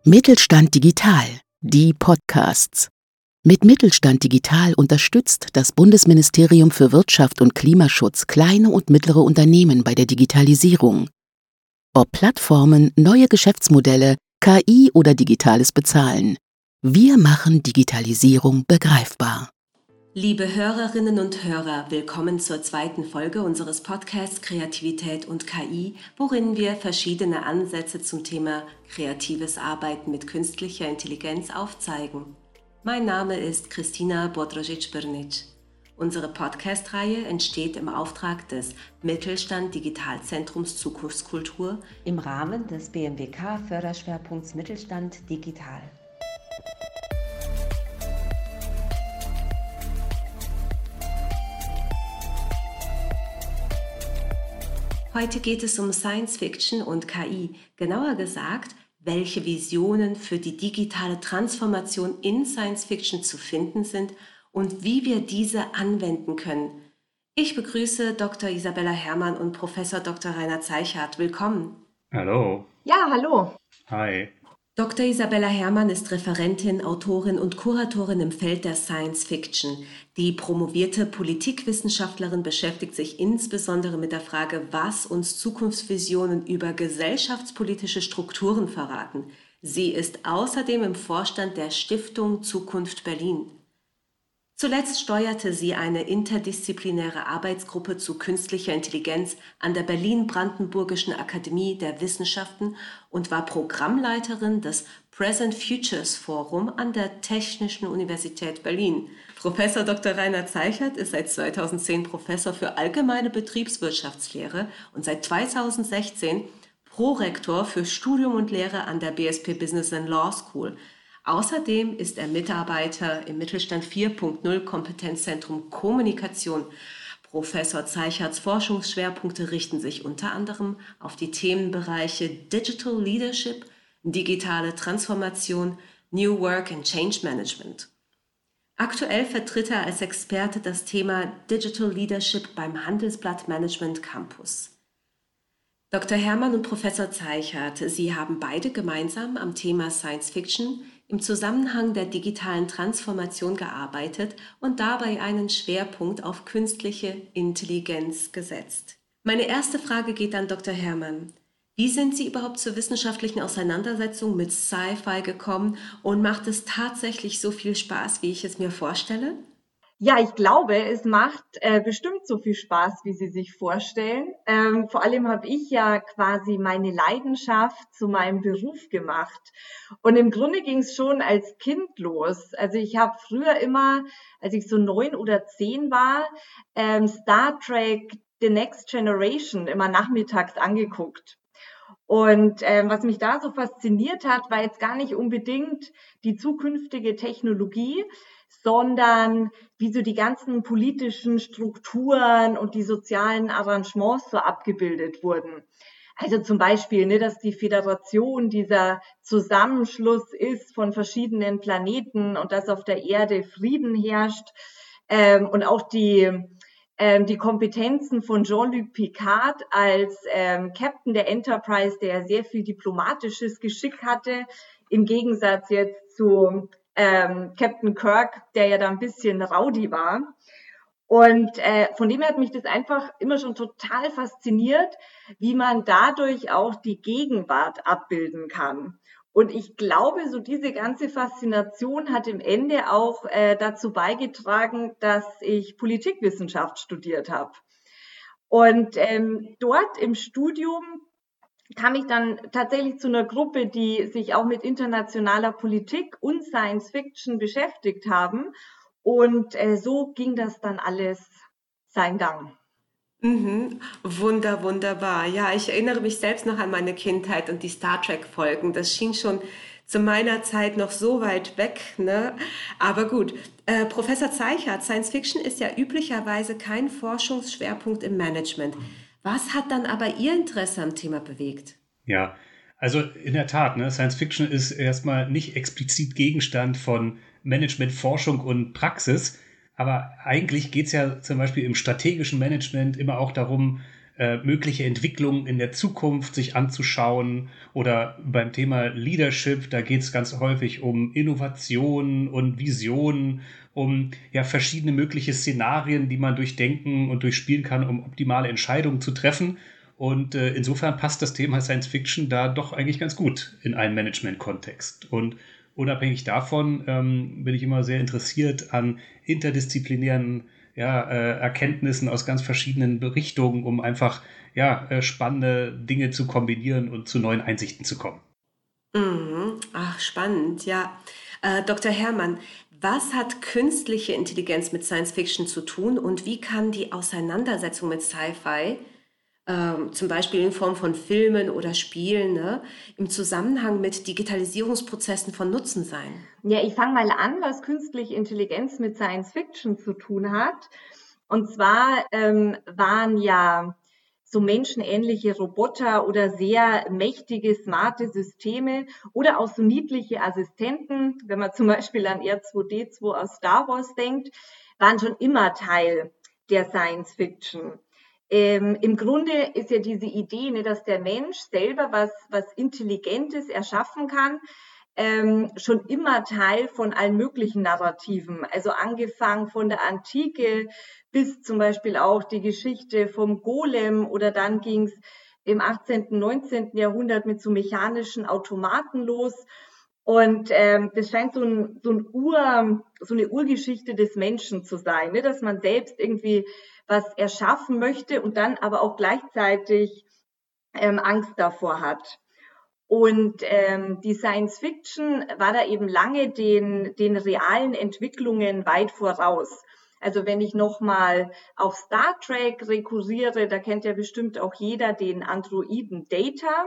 Mittelstand Digital, die Podcasts. Mit Mittelstand Digital unterstützt das Bundesministerium für Wirtschaft und Klimaschutz kleine und mittlere Unternehmen bei der Digitalisierung. Ob Plattformen, neue Geschäftsmodelle, KI oder digitales Bezahlen. Wir machen Digitalisierung begreifbar. Liebe Hörerinnen und Hörer, willkommen zur zweiten Folge unseres Podcasts Kreativität und KI, worin wir verschiedene Ansätze zum Thema kreatives Arbeiten mit künstlicher Intelligenz aufzeigen. Mein Name ist Kristina Bodrožić-Brnić. Unsere Podcast-Reihe entsteht im Auftrag des Mittelstand Digitalzentrums Zukunftskultur im Rahmen des BMWK-Förderschwerpunkts Mittelstand Digital. Heute geht es um Science Fiction und KI, genauer gesagt, welche Visionen für die digitale Transformation in Science Fiction zu finden sind und wie wir diese anwenden können. Ich begrüße Dr. Isabella Herrmann und Professor Dr. Rainer Zeichert. Willkommen. Hallo. Ja, hallo. Hi. Dr. Isabella Herrmann ist Referentin, Autorin und Kuratorin im Feld der Science Fiction. Die promovierte Politikwissenschaftlerin beschäftigt sich insbesondere mit der Frage, was uns Zukunftsvisionen über gesellschaftspolitische Strukturen verraten. Sie ist außerdem im Vorstand der Stiftung Zukunft Berlin. Zuletzt steuerte sie eine interdisziplinäre Arbeitsgruppe zu künstlicher Intelligenz an der Berlin-Brandenburgischen Akademie der Wissenschaften und war Programmleiterin des Present Futures Forum an der Technischen Universität Berlin. Professor Dr. Rainer Zeichert ist seit 2010 Professor für allgemeine Betriebswirtschaftslehre und seit 2016 Prorektor für Studium und Lehre an der BSP Business and Law School. Außerdem ist er Mitarbeiter im Mittelstand 4.0 Kompetenzzentrum Kommunikation. Professor Zeicherts Forschungsschwerpunkte richten sich unter anderem auf die Themenbereiche Digital Leadership, digitale Transformation, New Work and Change Management. Aktuell vertritt er als Experte das Thema Digital Leadership beim Handelsblatt Management Campus. Dr. Herrmann und Professor Zeichert, Sie haben beide gemeinsam am Thema Science Fiction im Zusammenhang der digitalen Transformation gearbeitet und dabei einen Schwerpunkt auf künstliche Intelligenz gesetzt. Meine erste Frage geht an Dr. Herrmann. Wie sind Sie überhaupt zur wissenschaftlichen Auseinandersetzung mit Sci-Fi gekommen und macht es tatsächlich so viel Spaß, wie ich es mir vorstelle? Ja, ich glaube, es macht bestimmt so viel Spaß, wie Sie sich vorstellen. Vor allem habe ich ja quasi meine Leidenschaft zu meinem Beruf gemacht. Und im Grunde ging es schon als Kind los. Also ich habe früher immer, als ich so 9 oder 10 war, Star Trek The Next Generation immer nachmittags angeguckt. Und was mich da so fasziniert hat, war jetzt gar nicht unbedingt die zukünftige Technologie, sondern wie so die ganzen politischen Strukturen und die sozialen Arrangements so abgebildet wurden. Also zum Beispiel, dass die Föderation dieser Zusammenschluss ist von verschiedenen Planeten und dass auf der Erde Frieden herrscht, und auch die Kompetenzen von Jean-Luc Picard als Captain der Enterprise, der sehr viel diplomatisches Geschick hatte, im Gegensatz jetzt zu Captain Kirk, der ja da ein bisschen rowdy war. Und von dem her hat mich das einfach immer schon total fasziniert, wie man dadurch auch die Gegenwart abbilden kann. Und ich glaube, so diese ganze Faszination hat im Ende auch dazu beigetragen, dass ich Politikwissenschaft studiert habe. Und dort im Studium kam ich dann tatsächlich zu einer Gruppe, die sich auch mit internationaler Politik und Science Fiction beschäftigt haben. Und so ging das dann alles seinen Gang. Wunderbar. Ja, ich erinnere mich selbst noch an meine Kindheit und die Star Trek-Folgen. Das schien schon zu meiner Zeit noch so weit weg, ne? Aber gut, Professor Zeichert, Science Fiction ist ja üblicherweise kein Forschungsschwerpunkt im Management. Was hat dann aber Ihr Interesse am Thema bewegt? Ja, also in der Tat, Science Fiction ist erstmal nicht explizit Gegenstand von Management, Forschung und Praxis, aber eigentlich geht es ja zum Beispiel im strategischen Management immer auch darum, mögliche Entwicklungen in der Zukunft sich anzuschauen. Oder beim Thema Leadership, da geht es ganz häufig um Innovation und Visionen, um ja verschiedene mögliche Szenarien, die man durchdenken und durchspielen kann, um optimale Entscheidungen zu treffen. Und insofern passt das Thema Science Fiction da doch eigentlich ganz gut in einen Management-Kontext. Und unabhängig davon bin ich immer sehr interessiert an interdisziplinären Erkenntnissen aus ganz verschiedenen Richtungen, um einfach spannende Dinge zu kombinieren und zu neuen Einsichten zu kommen. Mhm. Ach, spannend, ja. Dr. Herrmann, was hat künstliche Intelligenz mit Science Fiction zu tun und wie kann die Auseinandersetzung mit Sci-Fi, zum Beispiel in Form von Filmen oder Spielen, ne, im Zusammenhang mit Digitalisierungsprozessen von Nutzen sein? Ja, ich fange mal an, was künstliche Intelligenz mit Science Fiction zu tun hat. Und zwar waren ja so menschenähnliche Roboter oder sehr mächtige, smarte Systeme oder auch so niedliche Assistenten, wenn man zum Beispiel an R2D2 aus Star Wars denkt, waren schon immer Teil der Science Fiction. Im Grunde ist ja diese Idee, ne, dass der Mensch selber was Intelligentes erschaffen kann, schon immer Teil von allen möglichen Narrativen. Also angefangen von der Antike bis zum Beispiel auch die Geschichte vom Golem oder dann ging es im 18., 19. Jahrhundert mit so mechanischen Automaten los. Und das scheint so eine Urgeschichte des Menschen zu sein, ne? Dass man selbst irgendwie was erschaffen möchte und dann aber auch gleichzeitig Angst davor hat. Und die Science Fiction war da eben lange den realen Entwicklungen weit voraus. Also wenn ich nochmal auf Star Trek rekurriere, da kennt ja bestimmt auch jeder den Androiden Data.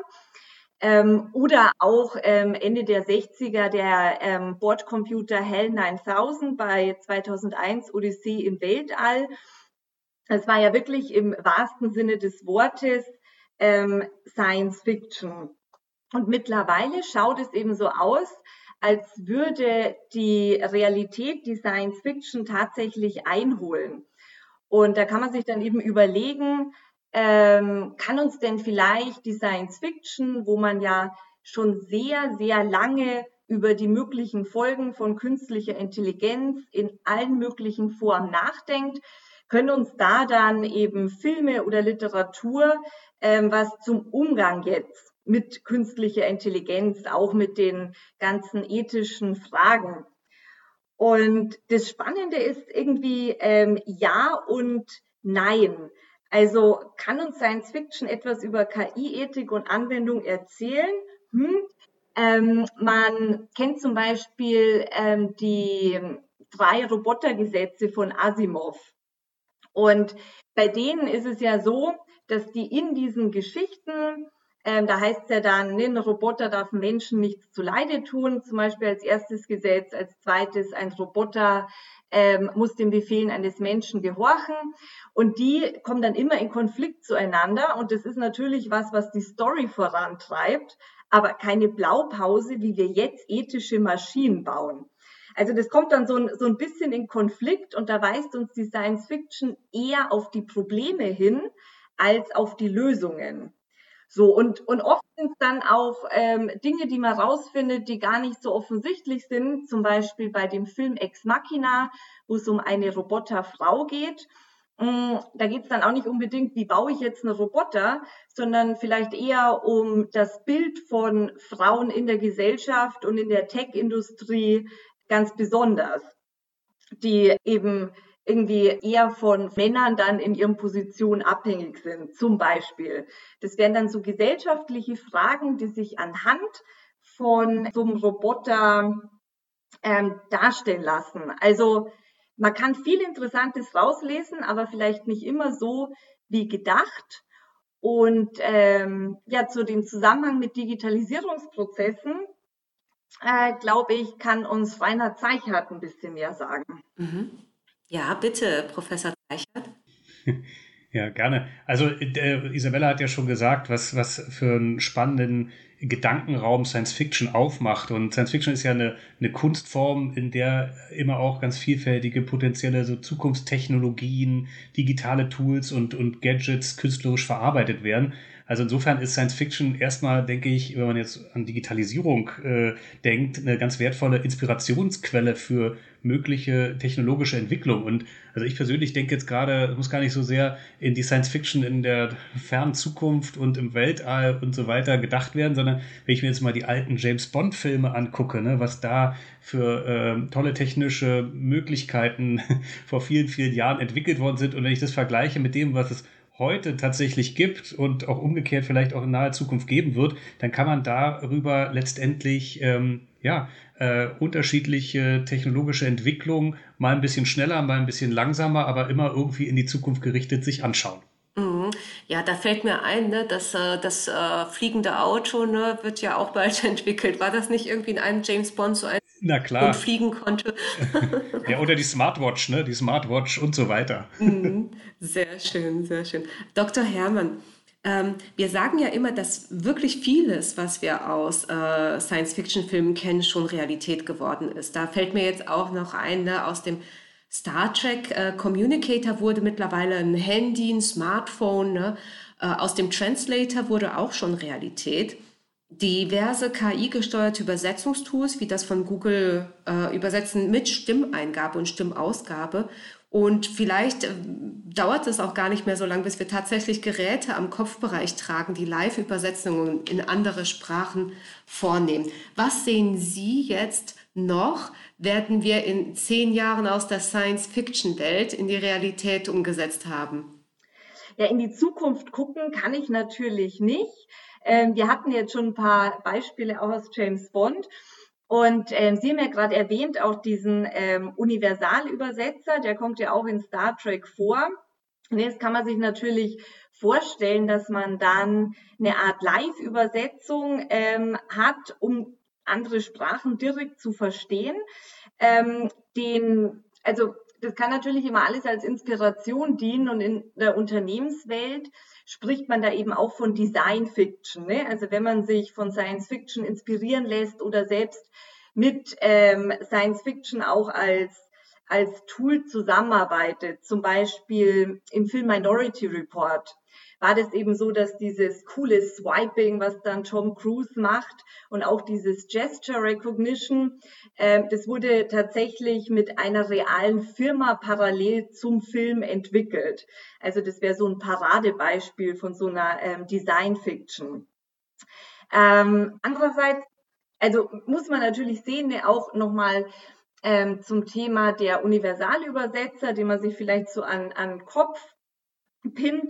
Oder auch Ende der 60er der Bordcomputer HAL 9000 bei 2001 Odyssee im Weltall. Das war ja wirklich im wahrsten Sinne des Wortes Science Fiction. Und mittlerweile schaut es eben so aus, als würde die Realität die Science Fiction tatsächlich einholen. Und da kann man sich dann eben überlegen, kann uns denn vielleicht die Science Fiction, wo man ja schon sehr, sehr lange über die möglichen Folgen von künstlicher Intelligenz in allen möglichen Formen nachdenkt, können uns da dann eben Filme oder Literatur was zum Umgang jetzt mit künstlicher Intelligenz, auch mit den ganzen ethischen Fragen. Und das Spannende ist irgendwie ja und nein. Also kann uns Science Fiction etwas über KI-Ethik und Anwendung erzählen? Man kennt zum Beispiel die 3 Robotergesetze von Asimov. Und bei denen ist es ja so, dass die in diesen Geschichten, da heißt es ja dann, ein Roboter darf Menschen nichts zuleide tun, zum Beispiel als erstes Gesetz, als zweites, ein Roboter muss den Befehlen eines Menschen gehorchen. Und die kommen dann immer in Konflikt zueinander. Und das ist natürlich was die Story vorantreibt, aber keine Blaupause, wie wir jetzt ethische Maschinen bauen. Also das kommt dann so ein bisschen in Konflikt und da weist uns die Science Fiction eher auf die Probleme hin als auf die Lösungen. So, und oft sind es dann auch Dinge, die man rausfindet, die gar nicht so offensichtlich sind. Zum Beispiel bei dem Film Ex Machina, wo es um eine Roboterfrau geht. Da geht es dann auch nicht unbedingt, wie baue ich jetzt einen Roboter, sondern vielleicht eher um das Bild von Frauen in der Gesellschaft und in der Tech-Industrie ganz besonders, die eben irgendwie eher von Männern dann in ihren Positionen abhängig sind, zum Beispiel. Das wären dann so gesellschaftliche Fragen, die sich anhand von so einem Roboter darstellen lassen. Also man kann viel Interessantes rauslesen, aber vielleicht nicht immer so wie gedacht. Und zu dem Zusammenhang mit Digitalisierungsprozessen, glaube ich, kann uns Reinhard Zeichert ein bisschen mehr sagen. Mhm. Ja, bitte, Professor Zeichert. Ja, gerne. Also Isabella hat ja schon gesagt, was für einen spannenden Gedankenraum Science Fiction aufmacht. Und Science Fiction ist ja eine Kunstform, in der immer auch ganz vielfältige potenzielle so Zukunftstechnologien, digitale Tools und Gadgets künstlerisch verarbeitet werden. Also insofern ist Science Fiction erstmal, denke ich, wenn man jetzt an Digitalisierung denkt, eine ganz wertvolle Inspirationsquelle für mögliche technologische Entwicklung. Und also ich persönlich denke jetzt gerade, es muss gar nicht so sehr in die Science Fiction in der fernen Zukunft und im Weltall und so weiter gedacht werden, sondern wenn ich mir jetzt mal die alten James Bond Filme angucke, ne, was da für tolle technische Möglichkeiten vor vielen, vielen Jahren entwickelt worden sind, und wenn ich das vergleiche mit dem, was es heute tatsächlich gibt und auch umgekehrt vielleicht auch in naher Zukunft geben wird, dann kann man darüber letztendlich unterschiedliche technologische Entwicklungen mal ein bisschen schneller, mal ein bisschen langsamer, aber immer irgendwie in die Zukunft gerichtet sich anschauen. Mhm. Ja, da fällt mir ein, ne, dass das fliegende Auto, ne, wird ja auch bald entwickelt. War das nicht irgendwie in einem James Bond so ein Na und klar. fliegen konnte? Ja, oder die Smartwatch, ne? Die Smartwatch und so weiter. Mhm. Sehr schön, sehr schön. Dr. Herrmann, wir sagen ja immer, dass wirklich vieles, was wir aus Science-Fiction-Filmen kennen, schon Realität geworden ist. Da fällt mir jetzt auch noch ein, ne, aus dem Star Trek Communicator wurde mittlerweile ein Handy, ein Smartphone, ne? Aus dem Translator wurde auch schon Realität. Diverse KI-gesteuerte Übersetzungstools, wie das von Google Übersetzen mit Stimmeingabe und Stimmausgabe. Und vielleicht dauert es auch gar nicht mehr so lange, bis wir tatsächlich Geräte am Kopfbereich tragen, die Live-Übersetzungen in andere Sprachen vornehmen. Was sehen Sie jetzt noch? Werden wir in 10 Jahren aus der Science-Fiction-Welt in die Realität umgesetzt haben? Ja, in die Zukunft gucken kann ich natürlich nicht. Wir hatten jetzt schon ein paar Beispiele auch aus James Bond. Und Sie haben ja gerade erwähnt, auch diesen Universalübersetzer, der kommt ja auch in Star Trek vor. Und jetzt kann man sich natürlich vorstellen, dass man dann eine Art Live-Übersetzung hat, um andere Sprachen direkt zu verstehen. Also das kann natürlich immer alles als Inspiration dienen, und in der Unternehmenswelt spricht man da eben auch von Design Fiction, ne? Also wenn man sich von Science Fiction inspirieren lässt oder selbst mit Science Fiction auch als Tool zusammenarbeitet, zum Beispiel im Film Minority Report, war das eben so, dass dieses coole Swiping, was dann Tom Cruise macht, und auch dieses Gesture Recognition, das wurde tatsächlich mit einer realen Firma parallel zum Film entwickelt. Also das wäre so ein Paradebeispiel von so einer Design Fiction. Andererseits, also muss man natürlich sehen, ne, auch nochmal zum Thema der Universalübersetzer, den man sich vielleicht so an den Kopf pinnt,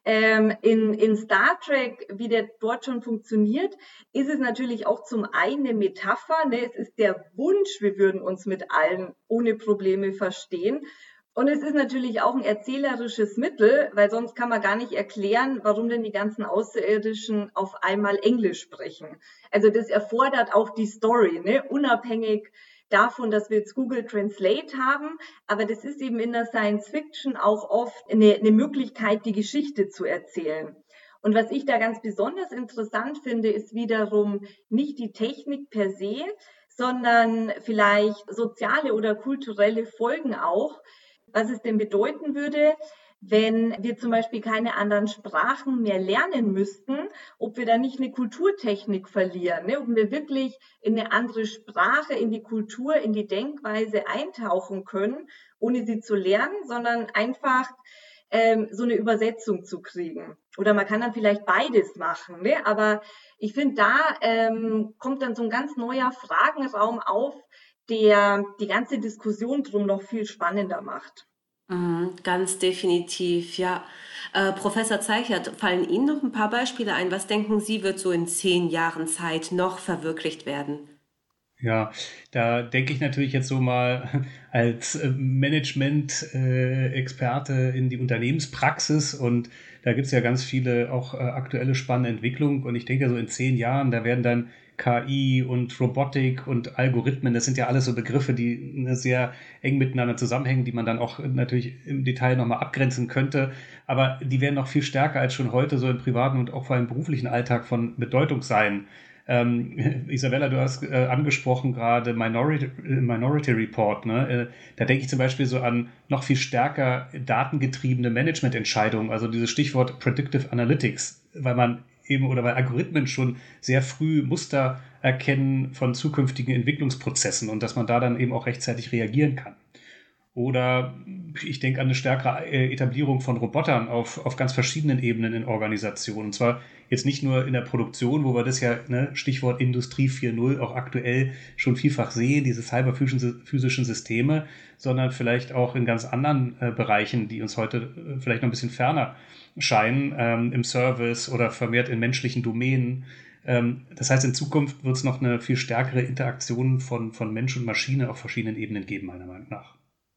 in Star Trek, wie der dort schon funktioniert, ist es natürlich auch zum einen eine Metapher, ne? Es ist der Wunsch, wir würden uns mit allen ohne Probleme verstehen. Und es ist natürlich auch ein erzählerisches Mittel, weil sonst kann man gar nicht erklären, warum denn die ganzen Außerirdischen auf einmal Englisch sprechen. Also das erfordert auch die Story, ne? Unabhängig davon, dass wir jetzt Google Translate haben, aber das ist eben in der Science Fiction auch oft eine Möglichkeit, die Geschichte zu erzählen. Und was ich da ganz besonders interessant finde, ist wiederum nicht die Technik per se, sondern vielleicht soziale oder kulturelle Folgen auch, was es denn bedeuten würde, wenn wir zum Beispiel keine anderen Sprachen mehr lernen müssten, ob wir da nicht eine Kulturtechnik verlieren, ne? Ob wir wirklich in eine andere Sprache, in die Kultur, in die Denkweise eintauchen können, ohne sie zu lernen, sondern einfach so eine Übersetzung zu kriegen. Oder man kann dann vielleicht beides machen, ne? Aber ich finde, da kommt dann so ein ganz neuer Fragenraum auf, der die ganze Diskussion drum noch viel spannender macht. Ganz definitiv, ja. Professor Zeichert, fallen Ihnen noch ein paar Beispiele ein? Was denken Sie, wird so in 10 Jahren Zeit noch verwirklicht werden? Ja, da denke ich natürlich jetzt so mal als Management-Experte in die Unternehmenspraxis, und da gibt es ja ganz viele auch aktuelle spannende Entwicklungen, und ich denke so in 10 Jahren, da werden dann KI und Robotik und Algorithmen, das sind ja alles so Begriffe, die sehr eng miteinander zusammenhängen, die man dann auch natürlich im Detail nochmal abgrenzen könnte, aber die werden noch viel stärker als schon heute so im privaten und auch vor allem beruflichen Alltag von Bedeutung sein. Isabella, du hast angesprochen gerade Minority Report. Ne? Da denke ich zum Beispiel so an noch viel stärker datengetriebene Managemententscheidungen, also dieses Stichwort Predictive Analytics, weil Algorithmen schon sehr früh Muster erkennen von zukünftigen Entwicklungsprozessen und dass man da dann eben auch rechtzeitig reagieren kann. Oder ich denke an eine stärkere Etablierung von Robotern auf ganz verschiedenen Ebenen in Organisationen. Und zwar jetzt nicht nur in der Produktion, wo wir das ja, ne, Stichwort Industrie 4.0, auch aktuell schon vielfach sehen, diese cyberphysischen Systeme, sondern vielleicht auch in ganz anderen Bereichen, die uns heute vielleicht noch ein bisschen ferner scheinen, im Service oder vermehrt in menschlichen Domänen. Das heißt, in Zukunft wird es noch eine viel stärkere Interaktion von Mensch und Maschine auf verschiedenen Ebenen geben, meiner Meinung nach.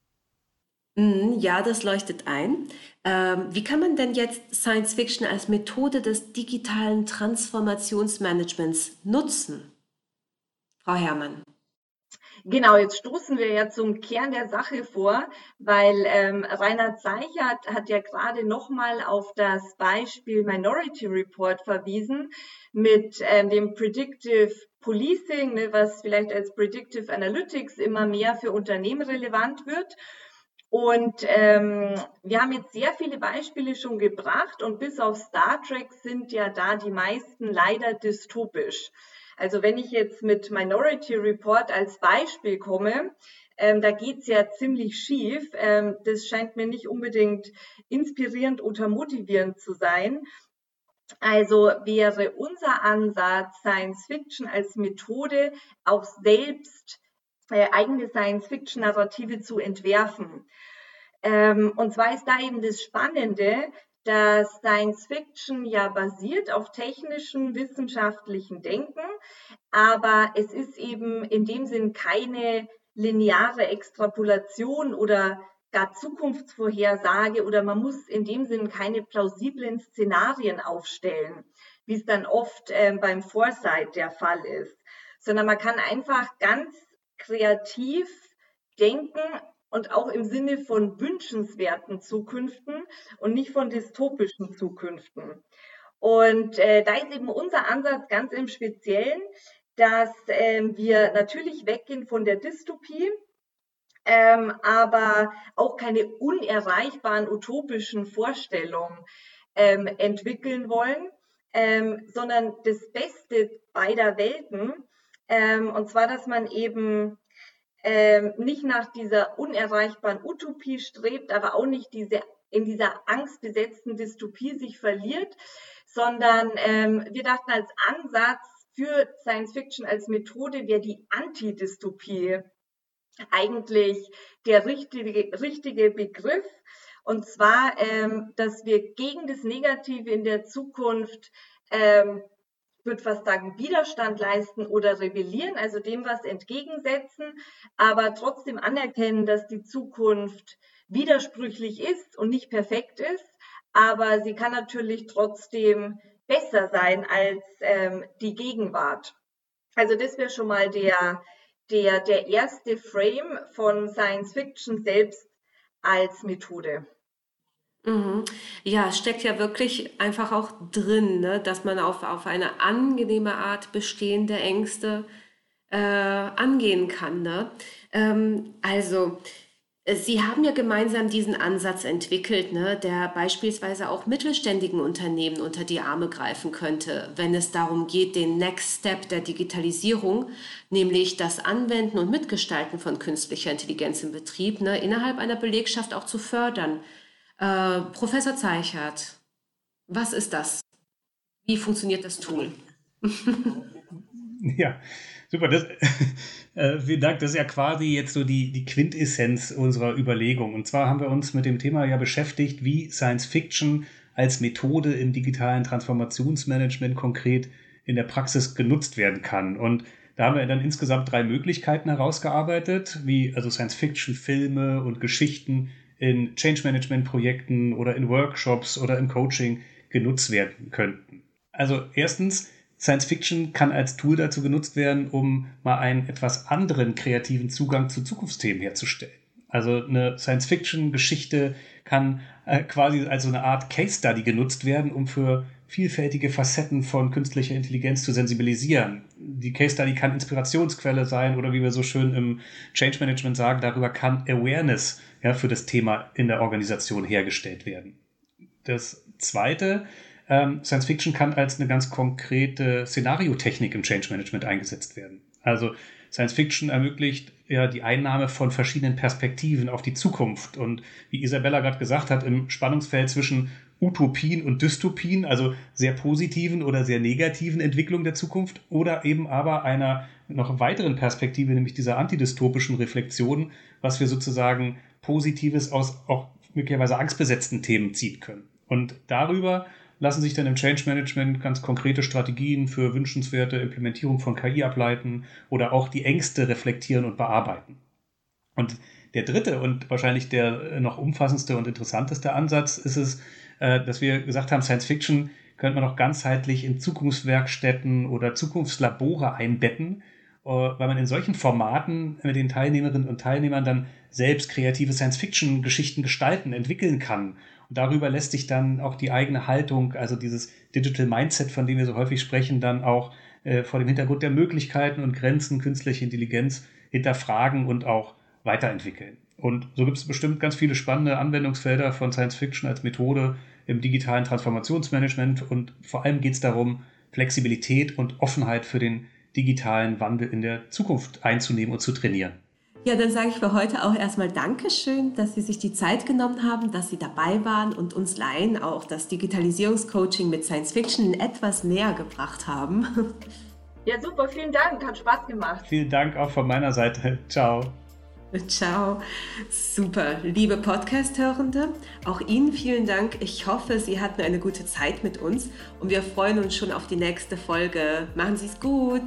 Ja, das leuchtet ein. Wie kann man denn jetzt Science Fiction als Methode des digitalen Transformationsmanagements nutzen? Frau Herrmann. Genau, jetzt stoßen wir ja zum Kern der Sache vor, weil Reinhard Seichert hat ja gerade nochmal auf das Beispiel Minority Report verwiesen mit dem Predictive Policing, ne, was vielleicht als Predictive Analytics immer mehr für Unternehmen relevant wird. Und wir haben jetzt sehr viele Beispiele schon gebracht und bis auf Star Trek sind ja da die meisten leider dystopisch. Also wenn ich jetzt mit Minority Report als Beispiel komme, da geht's ja ziemlich schief. Das scheint mir nicht unbedingt inspirierend oder motivierend zu sein. Also wäre unser Ansatz, Science Fiction als Methode auch selbst eigene Science-Fiction-Narrative zu entwerfen. Und zwar ist da eben das Spannende, dass Science-Fiction ja basiert auf technischen, wissenschaftlichen Denken, aber es ist eben in dem Sinn keine lineare Extrapolation oder gar Zukunftsvorhersage oder man muss in dem Sinn keine plausiblen Szenarien aufstellen, wie es dann oft beim Foresight der Fall ist, sondern man kann einfach ganz kreativ denken und auch im Sinne von wünschenswerten Zukünften und nicht von dystopischen Zukünften. Und da ist eben unser Ansatz ganz im Speziellen, dass wir natürlich weggehen von der Dystopie, aber auch keine unerreichbaren utopischen Vorstellungen entwickeln wollen, sondern das Beste beider Welten. Und zwar, dass man eben nicht nach dieser unerreichbaren Utopie strebt, aber auch nicht in dieser angstbesetzten Dystopie sich verliert, sondern wir dachten als Ansatz für Science Fiction als Methode wäre die Antidystopie eigentlich der richtige Begriff. Und zwar, dass wir gegen das Negative in der Zukunft ich würde fast sagen, Widerstand leisten oder rebellieren, also dem was entgegensetzen, aber trotzdem anerkennen, dass die Zukunft widersprüchlich ist und nicht perfekt ist, aber sie kann natürlich trotzdem besser sein als die Gegenwart. Also das wäre schon mal der erste Frame von Science Fiction selbst als Methode. Ja, es steckt ja wirklich einfach auch drin, ne, dass man auf eine angenehme Art bestehende Ängste angehen kann. Ne? Sie haben ja gemeinsam diesen Ansatz entwickelt, ne, der beispielsweise auch mittelständigen Unternehmen unter die Arme greifen könnte, wenn es darum geht, den Next Step der Digitalisierung, nämlich das Anwenden und Mitgestalten von künstlicher Intelligenz im Betrieb, ne, innerhalb einer Belegschaft auch zu fördern. Professor Zeichert, was ist das? Wie funktioniert das Tool? Ja, super. Vielen Dank. Das ist ja quasi jetzt so die Quintessenz unserer Überlegung. Und zwar haben wir uns mit dem Thema ja beschäftigt, wie Science Fiction als Methode im digitalen Transformationsmanagement konkret in der Praxis genutzt werden kann. Und da haben wir dann insgesamt 3 Möglichkeiten herausgearbeitet, wie also Science Fiction Filme und Geschichten in Change-Management-Projekten oder in Workshops oder im Coaching genutzt werden könnten. Also erstens, Science Fiction kann als Tool dazu genutzt werden, um mal einen etwas anderen kreativen Zugang zu Zukunftsthemen herzustellen. Also eine Science-Fiction-Geschichte kann quasi als so eine Art Case-Study genutzt werden, um für vielfältige Facetten von künstlicher Intelligenz zu sensibilisieren. Die Case Study kann Inspirationsquelle sein oder wie wir so schön im Change Management sagen, darüber kann Awareness für das Thema in der Organisation hergestellt werden. Das Zweite, Science Fiction kann als eine ganz konkrete Szenariotechnik im Change Management eingesetzt werden. Also Science Fiction ermöglicht die Einnahme von verschiedenen Perspektiven auf die Zukunft und wie Isabella gerade gesagt hat, im Spannungsfeld zwischen Utopien und Dystopien, also sehr positiven oder sehr negativen Entwicklungen der Zukunft oder eben aber einer noch weiteren Perspektive, nämlich dieser antidystopischen Reflexion, was wir sozusagen Positives aus auch möglicherweise angstbesetzten Themen ziehen können. Und darüber lassen sich dann im Change Management ganz konkrete Strategien für wünschenswerte Implementierung von KI ableiten oder auch die Ängste reflektieren und bearbeiten. Und der dritte und wahrscheinlich der noch umfassendste und interessanteste Ansatz ist es, dass wir gesagt haben, Science Fiction könnte man auch ganzheitlich in Zukunftswerkstätten oder Zukunftslabore einbetten, weil man in solchen Formaten mit den Teilnehmerinnen und Teilnehmern dann selbst kreative Science-Fiction-Geschichten gestalten, entwickeln kann. Und darüber lässt sich dann auch die eigene Haltung, also dieses Digital Mindset, von dem wir so häufig sprechen, dann auch vor dem Hintergrund der Möglichkeiten und Grenzen künstlicher Intelligenz hinterfragen und auch weiterentwickeln. Und so gibt es bestimmt ganz viele spannende Anwendungsfelder von Science Fiction als Methode im digitalen Transformationsmanagement. Und vor allem geht es darum, Flexibilität und Offenheit für den digitalen Wandel in der Zukunft einzunehmen und zu trainieren. Ja, dann sage ich für heute auch erstmal Dankeschön, dass Sie sich die Zeit genommen haben, dass Sie dabei waren und uns Laien auch das Digitalisierungscoaching mit Science Fiction etwas näher gebracht haben. Ja, super, vielen Dank, hat Spaß gemacht. Vielen Dank auch von meiner Seite. Ciao. Ciao. Super. Liebe Podcast-Hörende, auch Ihnen vielen Dank. Ich hoffe, Sie hatten eine gute Zeit mit uns und wir freuen uns schon auf die nächste Folge. Machen Sie es gut.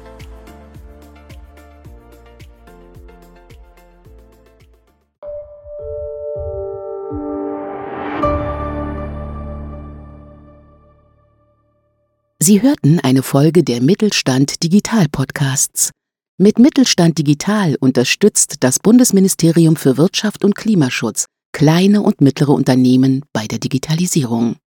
Sie hörten eine Folge der Mittelstand Digital Podcasts. Mit Mittelstand Digital unterstützt das Bundesministerium für Wirtschaft und Klimaschutz kleine und mittlere Unternehmen bei der Digitalisierung.